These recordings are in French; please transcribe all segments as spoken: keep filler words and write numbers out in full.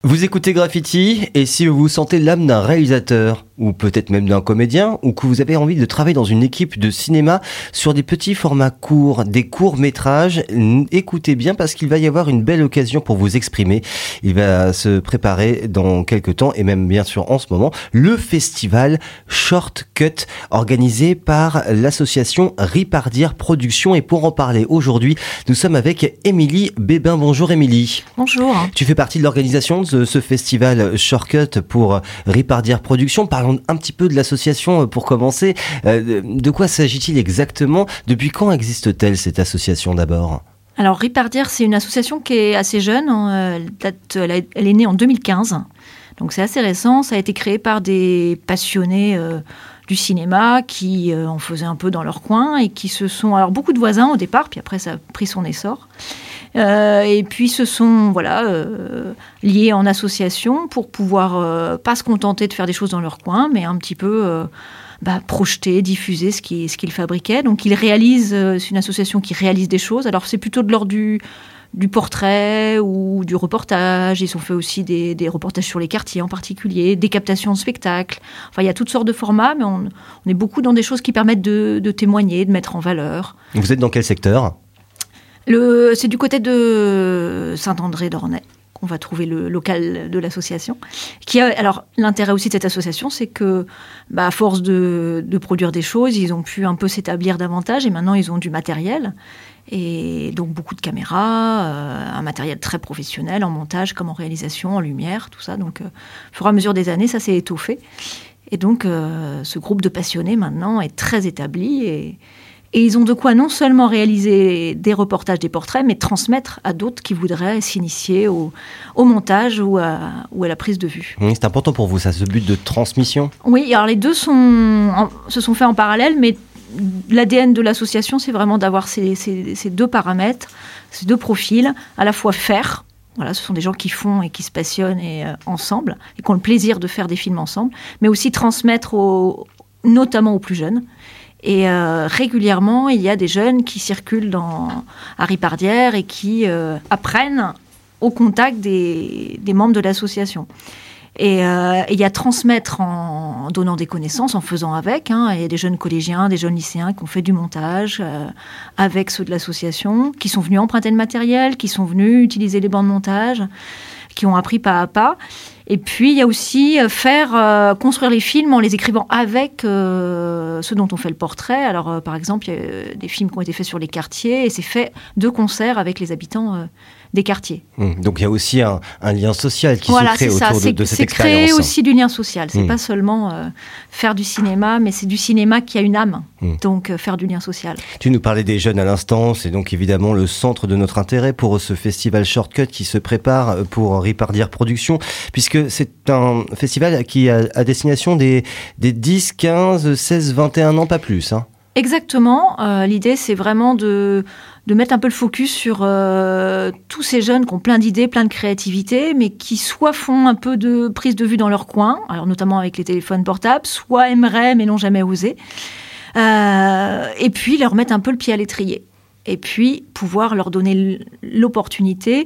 Vous écoutez Graffiti, et si vous sentez l'âme d'un réalisateur, ou peut-être même d'un comédien, ou que vous avez envie de travailler dans une équipe de cinéma sur des petits formats courts, des courts-métrages, écoutez bien parce qu'il va y avoir une belle occasion pour vous exprimer. Il va se préparer dans quelques temps, et même bien sûr en ce moment, le festival Shortcut, organisé par l'association Ripardière Productions. Et pour en parler aujourd'hui, nous sommes avec Émilie Bébin. Bonjour Émilie. Bonjour. Tu fais partie de l'organisation de ce festival Shortcut pour Ripardière Productions. Parlons un petit peu de l'association pour commencer. Euh, de quoi s'agit-il exactement ? Depuis quand existe-t-elle cette association d'abord ? Alors Ripardière, c'est une association qui est assez jeune. Elle, date, elle, a, elle est née en deux mille quinze. Donc c'est assez récent. Ça a été créé par des passionnés euh, du cinéma qui euh, en faisaient un peu dans leur coin et qui se sont... Alors beaucoup de voisins au départ, puis après ça a pris son essor. Euh, et puis se sont voilà, euh, liés en association pour pouvoir euh, pas se contenter de faire des choses dans leur coin, mais un petit peu euh, bah, projeter, diffuser ce qu'ils, ce qu'ils fabriquaient. Donc ils réalisent, euh, c'est une association qui réalise des choses. Alors c'est plutôt de l'ordre du, du portrait ou du reportage. Ils ont fait aussi des, des reportages sur les quartiers en particulier, des captations de spectacles. Enfin il y a toutes sortes de formats, mais on, on est beaucoup dans des choses qui permettent de, de témoigner, de mettre en valeur. Vous êtes dans quel secteur ? Le, c'est du côté de Saint-André-d'Ornay qu'on va trouver le local de l'association. Qui a, alors, l'intérêt aussi de cette association, c'est que, bah, à force de, de produire des choses, ils ont pu un peu s'établir davantage et maintenant ils ont du matériel. Et donc beaucoup de caméras, euh, un matériel très professionnel en montage comme en réalisation, en lumière, tout ça. Donc, euh, au fur et à mesure des années, ça s'est étoffé. Et donc, euh, ce groupe de passionnés maintenant est très établi et Et ils ont de quoi non seulement réaliser des reportages, des portraits, mais transmettre à d'autres qui voudraient s'initier au, au montage ou à, ou à la prise de vue. Mmh, c'est important pour vous, ça, ce but de transmission ? Oui, alors les deux sont, en, se sont faits en parallèle, mais l'A D N de l'association, c'est vraiment d'avoir ces, ces, ces deux paramètres, ces deux profils, à la fois faire. Voilà, ce sont des gens qui font et qui se passionnent et, euh, ensemble, et qui ont le plaisir de faire des films ensemble, mais aussi transmettre, aux, notamment aux plus jeunes. Et euh, régulièrement, il y a des jeunes qui circulent dans, à Ripardière et qui euh, apprennent au contact des, des membres de l'association. Et euh, il y a transmettre en, en donnant des connaissances, en faisant avec. Hein. Il y a des jeunes collégiens, des jeunes lycéens qui ont fait du montage euh, avec ceux de l'association, qui sont venus emprunter le matériel, qui sont venus utiliser les bancs de montage, qui ont appris pas à pas. Et puis, il y a aussi faire euh, construire les films en les écrivant avec euh, ceux dont on fait le portrait. Alors, euh, par exemple, il y a des films qui ont été faits sur les quartiers et c'est fait de concert avec les habitants euh, des quartiers. Mmh, donc, il y a aussi un, un lien social qui voilà, se crée autour de, de cette c'est expérience. C'est créer aussi du lien social. C'est mmh. pas seulement euh, faire du cinéma, mais c'est du cinéma qui a une âme. Mmh. Donc, euh, faire du lien social. Tu nous parlais des jeunes à l'instant. C'est donc évidemment le centre de notre intérêt pour ce festival Shortcut qui se prépare pour Ripardière Productions, puisque c'est un festival qui a à destination des, des dix, quinze, seize, vingt et un ans, pas plus. Hein. Exactement. Euh, l'idée, c'est vraiment de, de mettre un peu le focus sur euh, tous ces jeunes qui ont plein d'idées, plein de créativité, mais qui soit font un peu de prise de vue dans leur coin, alors notamment avec les téléphones portables, soit aimeraient mais n'ont jamais osé. Euh, et puis leur mettre un peu le pied à l'étrier. Et puis pouvoir leur donner l'opportunité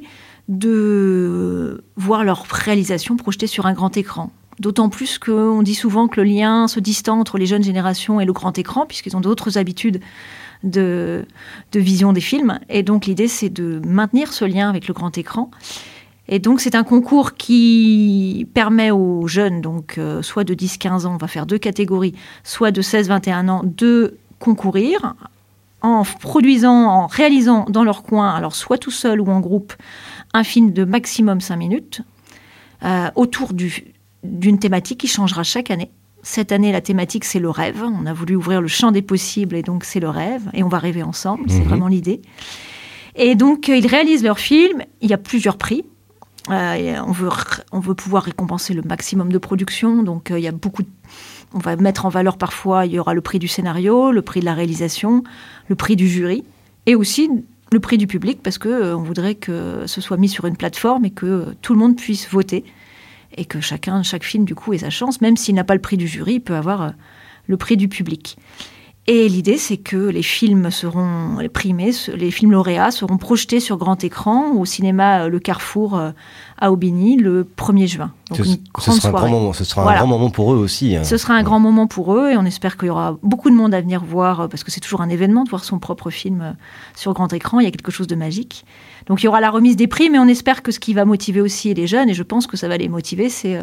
de voir leur réalisation projetée sur un grand écran. D'autant plus qu'on dit souvent que le lien se distend entre les jeunes générations et le grand écran, puisqu'ils ont d'autres habitudes de, de vision des films. Et donc l'idée, c'est de maintenir ce lien avec le grand écran. Et donc c'est un concours qui permet aux jeunes, donc euh, soit de dix à quinze ans, on va faire deux catégories, soit de seize à vingt et un ans, de concourir en produisant, en réalisant dans leur coin, alors soit tout seul ou en groupe, un film de maximum cinq minutes, euh, autour du, d'une thématique qui changera chaque année. Cette année, la thématique, c'est le rêve. On a voulu ouvrir le champ des possibles, et donc c'est le rêve. Et on va rêver ensemble, mmh. c'est vraiment l'idée. Et donc, euh, ils réalisent leur film. Il y a plusieurs prix. Euh, on veut, on veut pouvoir récompenser le maximum de production. Donc, euh, il y a beaucoup de... On va mettre en valeur parfois, il y aura le prix du scénario, le prix de la réalisation, le prix du jury, et aussi le prix du public, parce qu'on euh, voudrait que ce soit mis sur une plateforme et que euh, tout le monde puisse voter, et que chacun, chaque film, du coup, ait sa chance. Même s'il n'a pas le prix du jury, il peut avoir euh, le prix du public. Et l'idée, c'est que les films seront primés, les films lauréats seront projetés sur grand écran au cinéma Le Carrefour à Aubigny le premier juin. Donc ce, une ce sera, un grand, moment, ce sera voilà. un grand moment pour eux aussi. Hein. Ce sera un grand moment pour eux et on espère qu'il y aura beaucoup de monde à venir voir, parce que c'est toujours un événement de voir son propre film sur grand écran. Il y a quelque chose de magique. Donc il y aura la remise des prix, mais on espère que ce qui va motiver aussi les jeunes, et je pense que ça va les motiver, c'est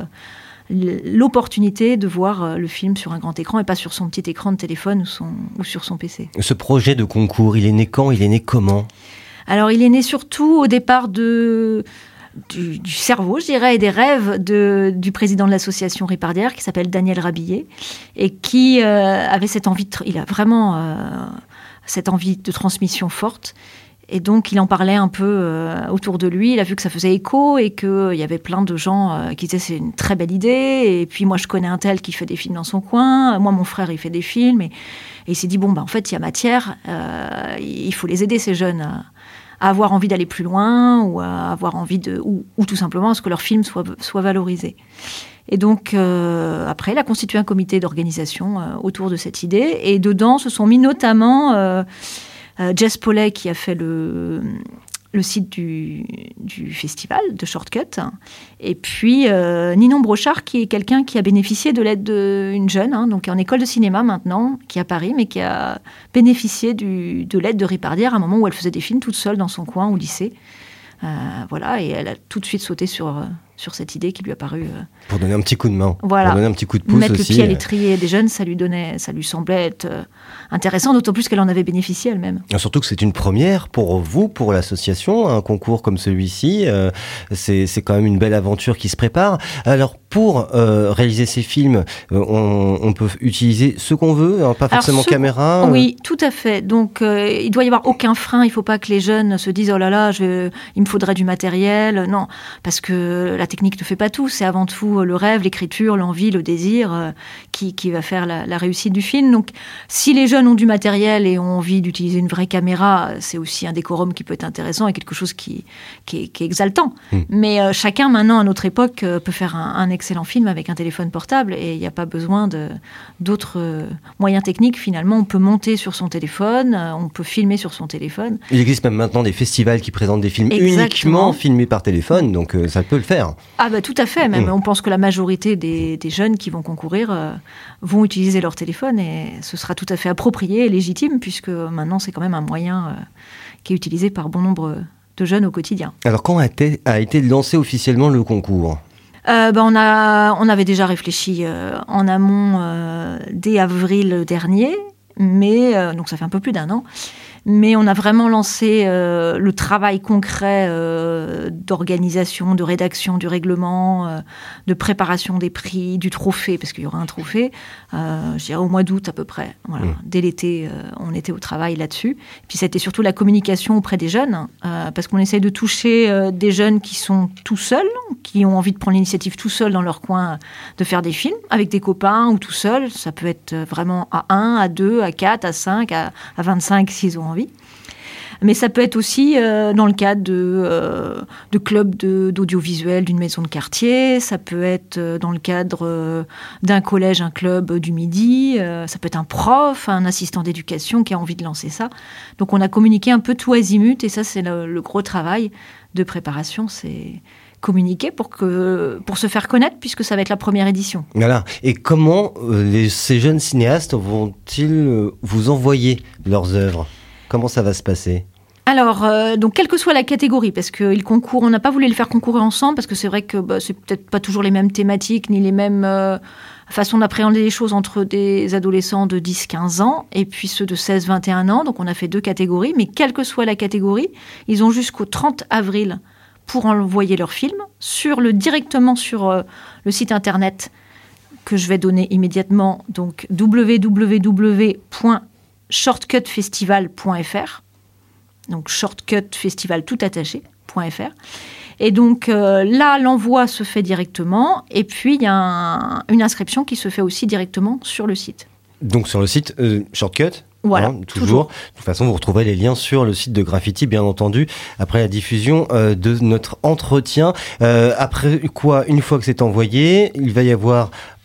l'opportunité de voir le film sur un grand écran et pas sur son petit écran de téléphone ou, son, ou sur son P C. Ce projet de concours, il est né quand ? Il est né comment ? Alors, il est né surtout au départ de, du, du cerveau, je dirais, et des rêves de, du président de l'association Ripardière, qui s'appelle Daniel Rabillet, et qui euh, avait cette envie, de, il a vraiment euh, cette envie de transmission forte. Et donc, il en parlait un peu euh, autour de lui. Il a vu que ça faisait écho et qu'il euh, y avait plein de gens euh, qui disaient c'est une très belle idée. Et puis, moi, je connais un tel qui fait des films dans son coin. Moi, mon frère, il fait des films. Et, et il s'est dit, bon, bah, en fait, il y a matière. Euh, il faut les aider, ces jeunes, à, à avoir envie d'aller plus loin ou à avoir envie de... Ou, ou tout simplement à ce que leurs films soient, soient valorisés. Et donc, euh, après, il a constitué un comité d'organisation euh, autour de cette idée. Et dedans, se sont mis notamment... Euh, Euh, Jess Paulet qui a fait le, le site du, du festival de Shortcut, et puis euh, Ninon Brochard qui est quelqu'un qui a bénéficié de l'aide d'une jeune, hein, donc en école de cinéma maintenant, qui est à Paris, mais qui a bénéficié du, de l'aide de Ripardière à un moment où elle faisait des films toute seule dans son coin au lycée. Euh, voilà, et elle a tout de suite sauté sur, euh, sur cette idée qui lui a paru... Euh, pour donner un petit coup de main, voilà, pour donner un petit coup de pouce mettre aussi. Mettre le pied à l'étrier des jeunes, ça lui, donnait, ça lui semblait être euh, intéressant, d'autant plus qu'elle en avait bénéficié elle-même. Et surtout que c'est une première pour vous, pour l'association, un concours comme celui-ci. Euh, c'est, c'est quand même une belle aventure qui se prépare. Alors, pour euh, réaliser ces films, euh, on, on peut utiliser ce qu'on veut, hein, pas forcément Alors, ce, caméra. Oui, tout à fait. Donc, euh, il doit y avoir aucun frein. Il ne faut pas que les jeunes se disent « Oh là là, je, il me faudrait du matériel ». Non, parce que la technique ne fait pas tout. C'est avant tout le rêve, l'écriture, l'envie, le désir euh, qui, qui va faire la, la réussite du film. Donc, si les jeunes ont du matériel et ont envie d'utiliser une vraie caméra, c'est aussi un décorum qui peut être intéressant et quelque chose qui, qui, est, qui est exaltant. Mmh. Mais euh, chacun, maintenant, à notre époque, euh, peut faire un, un excellent film avec un téléphone portable et il n'y a pas besoin de, d'autres euh, moyens techniques. Finalement, on peut monter sur son téléphone, euh, on peut filmer sur son téléphone. Il existe même maintenant des festivals qui présentent des films Exactement. uniquement filmés par téléphone, donc euh, ça peut le faire. Ah bah tout à fait, même. Mmh. On pense que la majorité des, des jeunes qui vont concourir euh, vont utiliser leur téléphone et ce sera tout à fait approprié et légitime puisque maintenant c'est quand même un moyen euh, qui est utilisé par bon nombre de jeunes au quotidien. Alors quand a été, a été lancé officiellement le concours ? Euh, ben on, a, on avait déjà réfléchi euh, en amont euh, dès avril dernier, mais euh, donc ça fait un peu plus d'un an. Mais on a vraiment lancé euh, le travail concret euh, d'organisation, de rédaction du règlement, euh, de préparation des prix, du trophée, parce qu'il y aura un trophée, euh, je dirais au mois d'août à peu près. Voilà. Mmh. Dès l'été, euh, on était au travail là-dessus. Puis c'était surtout la communication auprès des jeunes, euh, parce qu'on essaye de toucher euh, des jeunes qui sont tout seuls, qui ont envie de prendre l'initiative tout seuls dans leur coin, de faire des films, avec des copains ou tout seuls. Ça peut être vraiment à un, à deux, à quatre, à cinq, à, à vingt-cinq s'ils ont envie. Mais ça peut être aussi euh, dans le cadre de, euh, de clubs de, d'audiovisuel d'une maison de quartier, ça peut être euh, dans le cadre euh, d'un collège, un club du midi, euh, ça peut être un prof, un assistant d'éducation qui a envie de lancer ça. Donc on a communiqué un peu tout azimut et ça c'est le, le gros travail de préparation, c'est... communiquer pour, que, pour se faire connaître, puisque ça va être la première édition. Voilà. Et comment euh, les, ces jeunes cinéastes vont-ils euh, vous envoyer leurs œuvres ? Comment ça va se passer ? Alors, euh, donc, quelle que soit la catégorie, parce que le concours, on n'a pas voulu le faire concourir ensemble, parce que c'est vrai que bah, c'est peut-être pas toujours les mêmes thématiques, ni les mêmes euh, façons d'appréhender les choses entre des adolescents de dix à quinze ans, et puis ceux de seize à vingt et un ans. Donc, on a fait deux catégories, mais quelle que soit la catégorie, ils ont jusqu'au trente avril pour envoyer leur film sur le, directement sur euh, le site internet que je vais donner immédiatement, donc w w w point shortcut festival point f r, donc shortcut festival tout attaché point f r. Et donc euh, là, l'envoi se fait directement, et puis il y a un, une inscription qui se fait aussi directement sur le site. Donc sur le site euh, Shortcut ? Voilà, hein, toujours. toujours. De toute façon, vous retrouverez les liens sur le site de Graffiti, bien entendu, après la diffusion euh, de notre entretien. Euh, après quoi, une fois que c'est envoyé, il va y avoir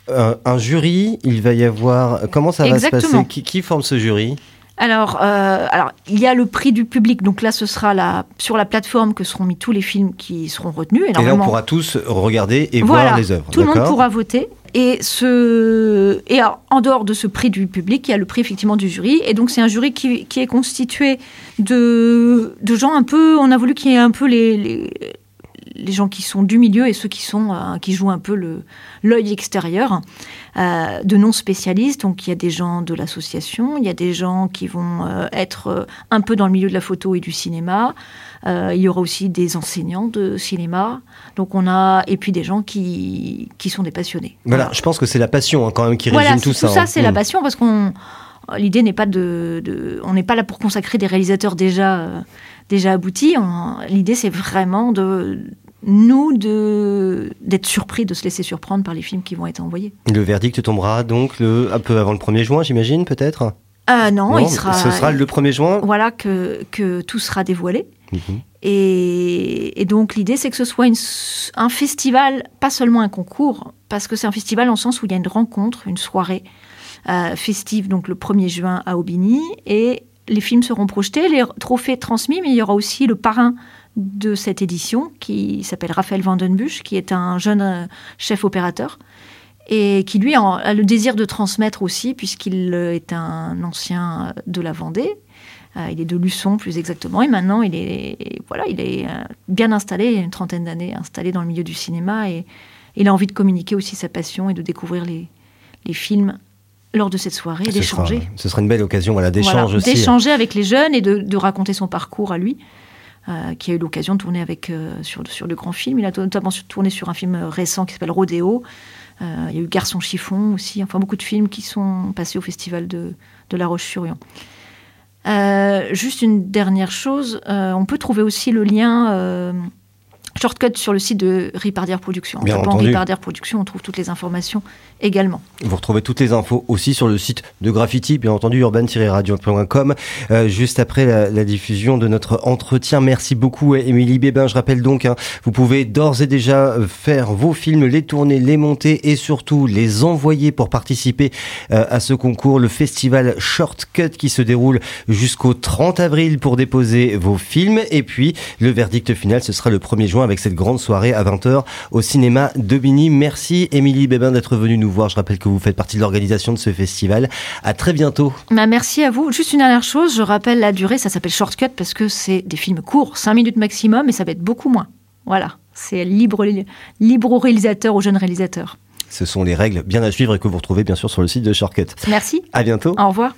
un, un jury, il va y avoir... Comment ça Exactement. va se passer ? qui, qui forme ce jury ? Alors, euh, alors, il y a le prix du public. Donc là, ce sera la, sur la plateforme que seront mis tous les films qui seront retenus. Et, et là, on pourra tous regarder et voilà, voir les œuvres. Tout D'accord. le monde pourra voter. Et, ce, et alors, en dehors de ce prix du public, il y a le prix effectivement du jury. Et donc, c'est un jury qui, qui est constitué de, de gens un peu... On a voulu qu'il y ait un peu les... les les gens qui sont du milieu et ceux qui, sont, euh, qui jouent un peu le, l'œil extérieur, euh, de non-spécialistes. Donc, il y a des gens de l'association, il y a des gens qui vont euh, être euh, un peu dans le milieu de la photo et du cinéma. Euh, il y aura aussi des enseignants de cinéma. Donc, on a... Et puis, des gens qui, qui sont des passionnés. Voilà, voilà. Je pense que c'est la passion hein, quand même qui voilà, résume tout ça. Tout ça, hein. c'est mmh. la passion parce qu'on... L'idée n'est pas de... de... On n'est pas là pour consacrer des réalisateurs déjà... Euh, déjà aboutis. On... L'idée, c'est vraiment de... nous, de, d'être surpris, de se laisser surprendre par les films qui vont être envoyés. Le verdict tombera donc le, un peu avant le premier juin, j'imagine, peut-être ? euh, non, non, il sera... Ce sera le premier juin ? Voilà, que, que tout sera dévoilé. Mmh. Et, et donc, l'idée, c'est que ce soit une, un festival, pas seulement un concours, parce que c'est un festival en sens où il y a une rencontre, une soirée euh, festive, donc le premier juin à Aubigny, et les films seront projetés, les trophées transmis, mais il y aura aussi le parrain de cette édition, qui s'appelle Raphaël Vandenbusch, qui est un jeune euh, chef opérateur, et qui, lui, en, a le désir de transmettre aussi, puisqu'il euh, est un ancien de la Vendée. Euh, il est de Luçon, plus exactement, et maintenant, il est, et voilà, il est euh, bien installé, il a une trentaine d'années, installé dans le milieu du cinéma, et, et il a envie de communiquer aussi sa passion et de découvrir les, les films lors de cette soirée, ce d'échanger. Sera, ce sera une belle occasion voilà, d'échange voilà, aussi. D'échanger avec les jeunes et de, de raconter son parcours à lui. Euh, qui a eu l'occasion de tourner avec, euh, sur, sur de grands films. Il a notamment tourné sur un film récent qui s'appelle Rodéo. Euh, il y a eu Garçon chiffon aussi. Enfin, beaucoup de films qui sont passés au festival de, de La Roche-sur-Yon. Euh, juste une dernière chose. Euh, on peut trouver aussi le lien euh, Shortcut sur le site de Ripardière Productions. En Bien tapant entendu. Ripardière Productions, on trouve toutes les informations également. Vous retrouvez toutes les infos aussi sur le site de Graffiti, bien entendu, urban tiret radio point com, euh, juste après la, la diffusion de notre entretien. Merci beaucoup, Émilie Bébin. Je rappelle donc, hein, vous pouvez d'ores et déjà faire vos films, les tourner, les monter et surtout les envoyer pour participer euh, à ce concours, le festival Shortcut qui se déroule jusqu'au trente avril pour déposer vos films. Et puis, le verdict final, ce sera le premier juin avec cette grande soirée à vingt heures au cinéma d'Aubigny. Merci, Émilie Bébin, d'être venue nous voir. Je rappelle que vous faites partie de l'organisation de ce festival. À très bientôt. Bah, merci à vous. Juste une dernière chose, je rappelle la durée, ça s'appelle Shortcut parce que c'est des films courts, cinq minutes maximum, et ça va être beaucoup moins. Voilà, c'est libre, libre aux réalisateurs, aux jeunes réalisateurs. Ce sont les règles bien à suivre et que vous retrouvez bien sûr sur le site de Shortcut. Merci. À bientôt. Au revoir.